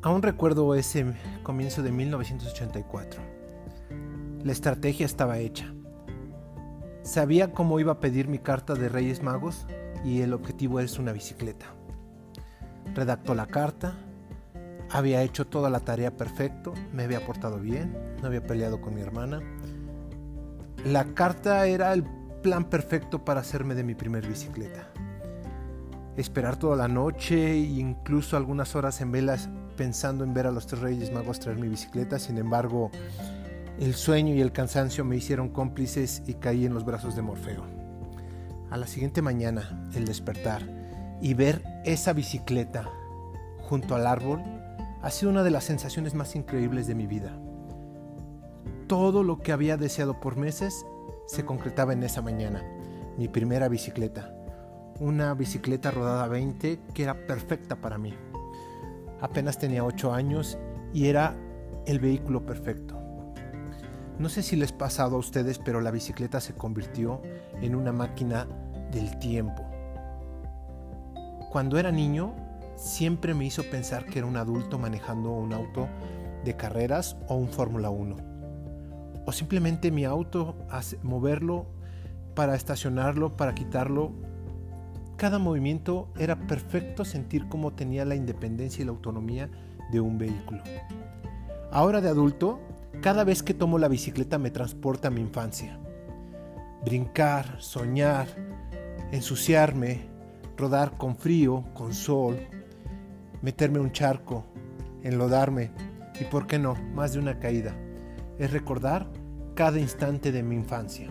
Aún recuerdo ese comienzo de 1984. La estrategia estaba hecha. Sabía cómo iba a pedir mi carta de Reyes Magos y el objetivo es una bicicleta. Redactó la carta, había hecho toda la tarea perfecto, me había portado bien, no había peleado con mi hermana. La carta era el plan perfecto para hacerme de mi primer bicicleta. Esperar toda la noche e incluso algunas horas en velas pensando en ver a los 3 Reyes Magos traer mi bicicleta. Sin embargo, el sueño y el cansancio me hicieron cómplices y caí en los brazos de Morfeo. A la siguiente mañana, el despertar y ver esa bicicleta junto al árbol ha sido una de las sensaciones más increíbles de mi vida. Todo lo que había deseado por meses se concretaba en esa mañana. Mi primera bicicleta, una bicicleta rodada 20 que era perfecta para mí. Apenas tenía 8 años y era el vehículo perfecto. No sé si les ha pasado a ustedes, pero la bicicleta se convirtió en una máquina del tiempo. Cuando era niño, siempre me hizo pensar que era un adulto manejando un auto de carreras o un Fórmula 1. O simplemente mi auto, moverlo, para estacionarlo, para quitarlo. Cada movimiento era perfecto, sentir cómo tenía la independencia y la autonomía de un vehículo. Ahora de adulto, cada vez que tomo la bicicleta me transporta a mi infancia. Brincar, soñar, ensuciarme, rodar con frío, con sol, meterme en un charco, enlodarme y, ¿por qué no?, más de una caída. Es recordar cada instante de mi infancia.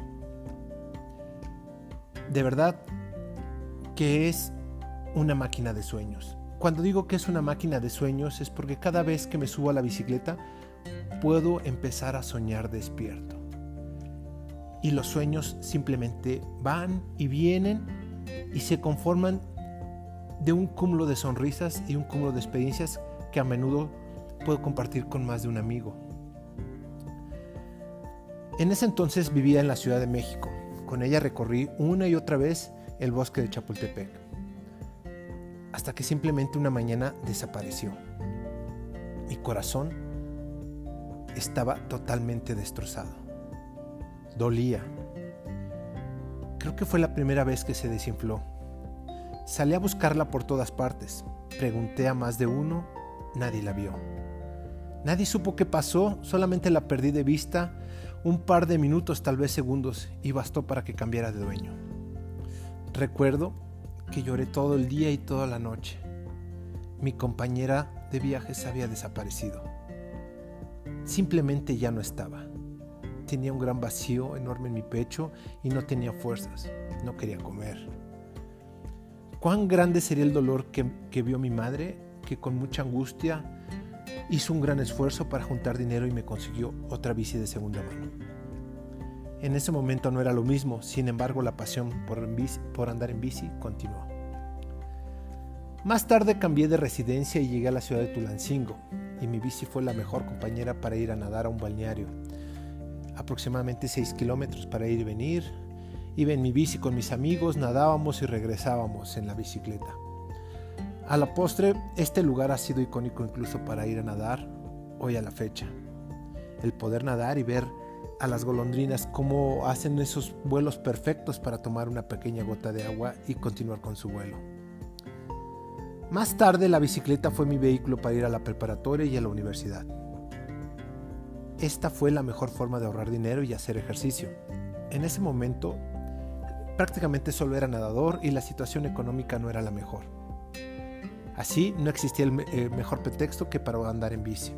De verdad que es una máquina de sueños. Cuando digo que es una máquina de sueños es porque cada vez que me subo a la bicicleta puedo empezar a soñar despierto. Y los sueños simplemente van y vienen y se conforman de un cúmulo de sonrisas y un cúmulo de experiencias que a menudo puedo compartir con más de un amigo. En ese entonces vivía en la Ciudad de México. Con ella recorrí una y otra vez el bosque de Chapultepec, hasta que simplemente una mañana desapareció. Mi corazón estaba totalmente destrozado. Dolía. Creo que fue la primera vez que se desinfló. Salí a buscarla por todas partes. Pregunté a más de uno, nadie la vio. Nadie supo qué pasó, solamente la perdí de vista un par de minutos, tal vez segundos, y bastó para que cambiara de dueño. Recuerdo que lloré todo el día y toda la noche. Mi compañera de viajes había desaparecido. Simplemente ya no estaba. Tenía un gran vacío enorme en mi pecho y no tenía fuerzas. No quería comer. ¿Cuán grande sería el dolor que vio mi madre, que con mucha angustia hizo un gran esfuerzo para juntar dinero y me consiguió otra bici de segunda mano? En ese momento no era lo mismo, sin embargo la pasión por andar en bici continuó. Más tarde cambié de residencia y llegué a la ciudad de Tulancingo, y mi bici fue la mejor compañera para ir a nadar a un balneario. Aproximadamente 6 kilómetros para ir y venir. Iba en mi bici con mis amigos, nadábamos y regresábamos en la bicicleta. A la postre, este lugar ha sido icónico incluso para ir a nadar hoy a la fecha. El poder nadar y ver a las golondrinas cómo hacen esos vuelos perfectos para tomar una pequeña gota de agua y continuar con su vuelo. Más tarde la bicicleta fue mi vehículo para ir a la preparatoria y a la universidad. Esta fue la mejor forma de ahorrar dinero y hacer ejercicio. En ese momento prácticamente solo era nadador y la situación económica no era la mejor. Así no existía el mejor pretexto que para andar en bici.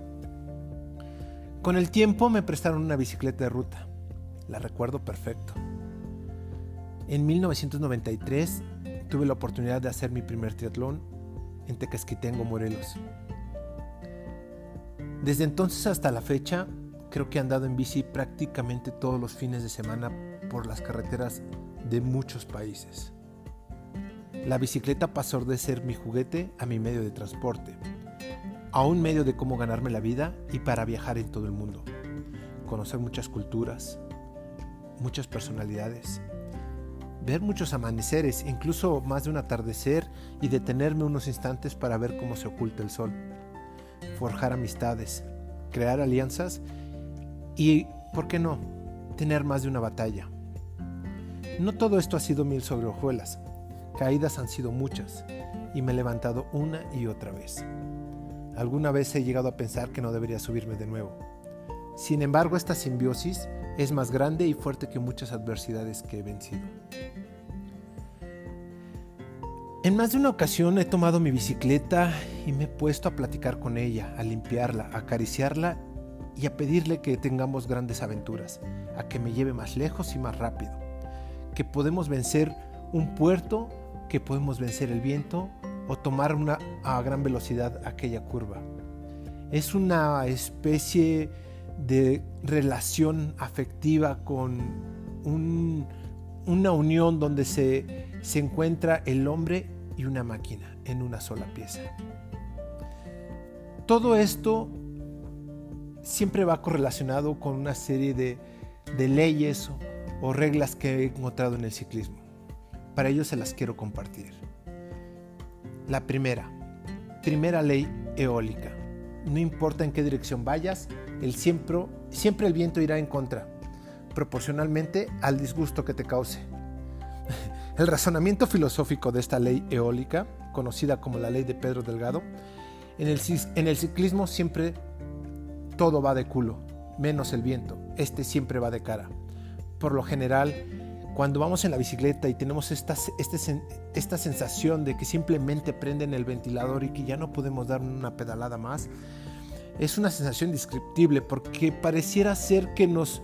Con el tiempo me prestaron una bicicleta de ruta. La recuerdo perfecto. En 1993 tuve la oportunidad de hacer mi primer triatlón en Tequesquitengo, Morelos. Desde entonces hasta la fecha, creo que he andado en bici prácticamente todos los fines de semana por las carreteras de muchos países. La bicicleta pasó de ser mi juguete a mi medio de transporte, a un medio de cómo ganarme la vida y para viajar en todo el mundo, conocer muchas culturas, muchas personalidades, ver muchos amaneceres, incluso más de un atardecer, y detenerme unos instantes para ver cómo se oculta el sol. forjar amistades, crear alianzas y, ¿por qué no?, tener más de una batalla. No todo esto ha sido miel sobre hojuelas. Caídas han sido muchas y me he levantado una y otra vez. Alguna vez he llegado a pensar que no debería subirme de nuevo. Sin embargo, esta simbiosis es más grande y fuerte que muchas adversidades que he vencido. En más de una ocasión he tomado mi bicicleta y me he puesto a platicar con ella, a limpiarla, a acariciarla y a pedirle que tengamos grandes aventuras, a que me lleve más lejos y más rápido, que podemos vencer un puerto, que podemos vencer el viento o tomar a gran velocidad aquella curva. Es una especie de relación afectiva con una unión donde se encuentra el hombre y una máquina en una sola pieza. Todo esto siempre va correlacionado con una serie de leyes o reglas que he encontrado en el ciclismo. Para ello se las quiero compartir. La primera ley eólica. No importa en qué dirección vayas, siempre el viento irá en contra, proporcionalmente al disgusto que te cause. El razonamiento filosófico de esta ley eólica, conocida como la ley de Pedro Delgado, en el ciclismo siempre todo va de culo, menos el viento. Este siempre va de cara. Por lo general, cuando vamos en la bicicleta y tenemos esta sensación de que simplemente prenden el ventilador y que ya no podemos dar una pedalada más, es una sensación indescriptible porque pareciera ser que nos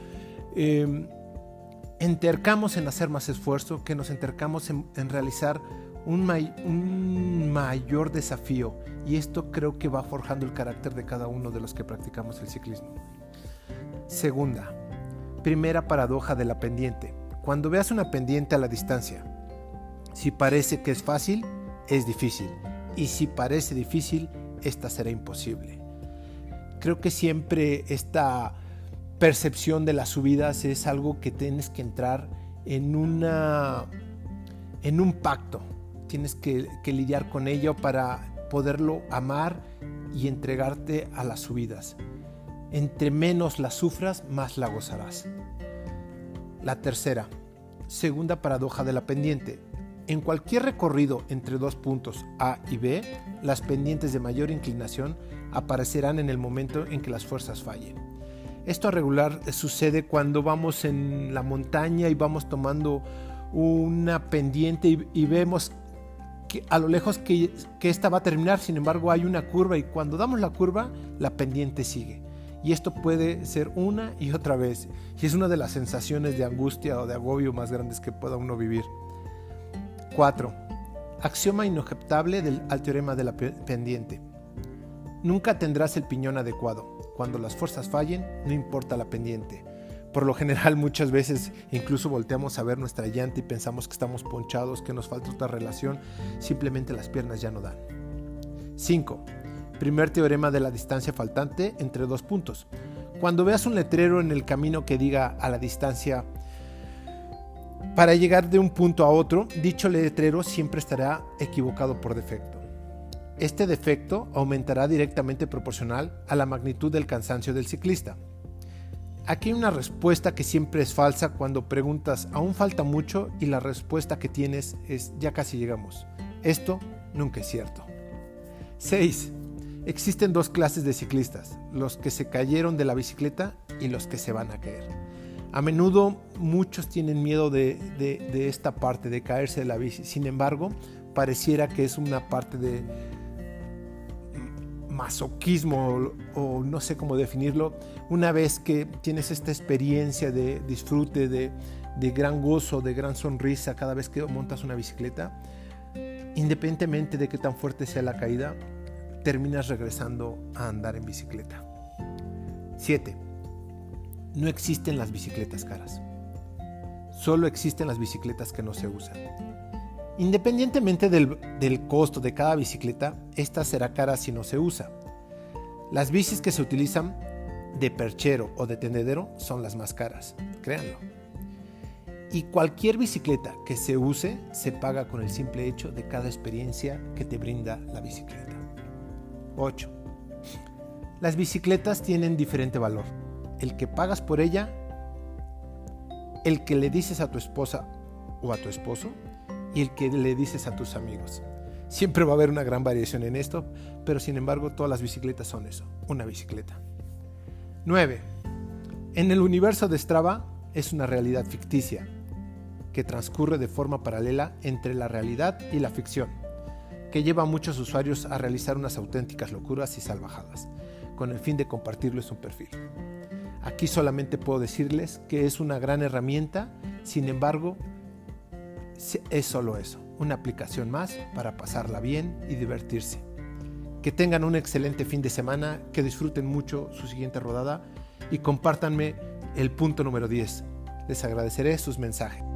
entercamos en hacer más esfuerzo, que nos entercamos en realizar un mayor desafío, y esto creo que va forjando el carácter de cada uno de los que practicamos el ciclismo. Primera paradoja de la pendiente. Cuando veas una pendiente a la distancia, si parece que es fácil, es difícil, y si parece difícil, esta será imposible. Creo que siempre esta percepción de las subidas es algo que tienes que entrar en un pacto. Tienes que lidiar con ello para poderlo amar y entregarte a las subidas. Entre menos la sufras, más la gozarás. La segunda paradoja de la pendiente. En cualquier recorrido entre dos puntos A y B, las pendientes de mayor inclinación aparecerán en el momento en que las fuerzas fallen. Esto a regular sucede cuando vamos en la montaña y vamos tomando una pendiente y vemos que a lo lejos que esta va a terminar. Sin embargo, hay una curva y cuando damos la curva, la pendiente sigue. Y esto puede ser una y otra vez. Y es una de las sensaciones de angustia o de agobio más grandes que pueda uno vivir. 4. Axioma inobjetable al teorema de la pendiente. Nunca tendrás el piñón adecuado. Cuando las fuerzas fallen, no importa la pendiente. Por lo general, muchas veces incluso volteamos a ver nuestra llanta y pensamos que estamos ponchados, que nos falta otra relación. Simplemente las piernas ya no dan. 5. Primer teorema de la distancia faltante entre dos puntos. Cuando veas un letrero en el camino que diga a la distancia para llegar de un punto a otro, dicho letrero siempre estará equivocado por defecto. Este defecto aumentará directamente proporcional a la magnitud del cansancio del ciclista. Aquí hay una respuesta que siempre es falsa cuando preguntas aún falta mucho y la respuesta que tienes es ya casi llegamos. Esto nunca es cierto. 6. Existen dos clases de ciclistas, los que se cayeron de la bicicleta y los que se van a caer. A menudo muchos tienen miedo de esta parte, de caerse de la bici. Sin embargo, pareciera que es una parte de masoquismo o no sé cómo definirlo. Una vez que tienes esta experiencia de disfrute, de gran gozo, de gran sonrisa cada vez que montas una bicicleta, independientemente de qué tan fuerte sea la caída, terminas regresando a andar en bicicleta. 7. No existen las bicicletas caras. Solo existen las bicicletas que no se usan. Independientemente del costo de cada bicicleta, esta será cara si no se usa. Las bicis que se utilizan de perchero o de tendedero son las más caras, créanlo. Y cualquier bicicleta que se use se paga con el simple hecho de cada experiencia que te brinda la bicicleta. 8. Las bicicletas tienen diferente valor. El que pagas por ella, el que le dices a tu esposa o a tu esposo y el que le dices a tus amigos. Siempre va a haber una gran variación en esto, pero sin embargo todas las bicicletas son eso, una bicicleta. 9. En el universo de Strava es una realidad ficticia que transcurre de forma paralela entre la realidad y la ficción, que lleva a muchos usuarios a realizar unas auténticas locuras y salvajadas, con el fin de compartirles un perfil. Aquí solamente puedo decirles que es una gran herramienta, sin embargo, es solo eso, una aplicación más para pasarla bien y divertirse. Que tengan un excelente fin de semana, que disfruten mucho su siguiente rodada y compártanme el punto número 10. Les agradeceré sus mensajes.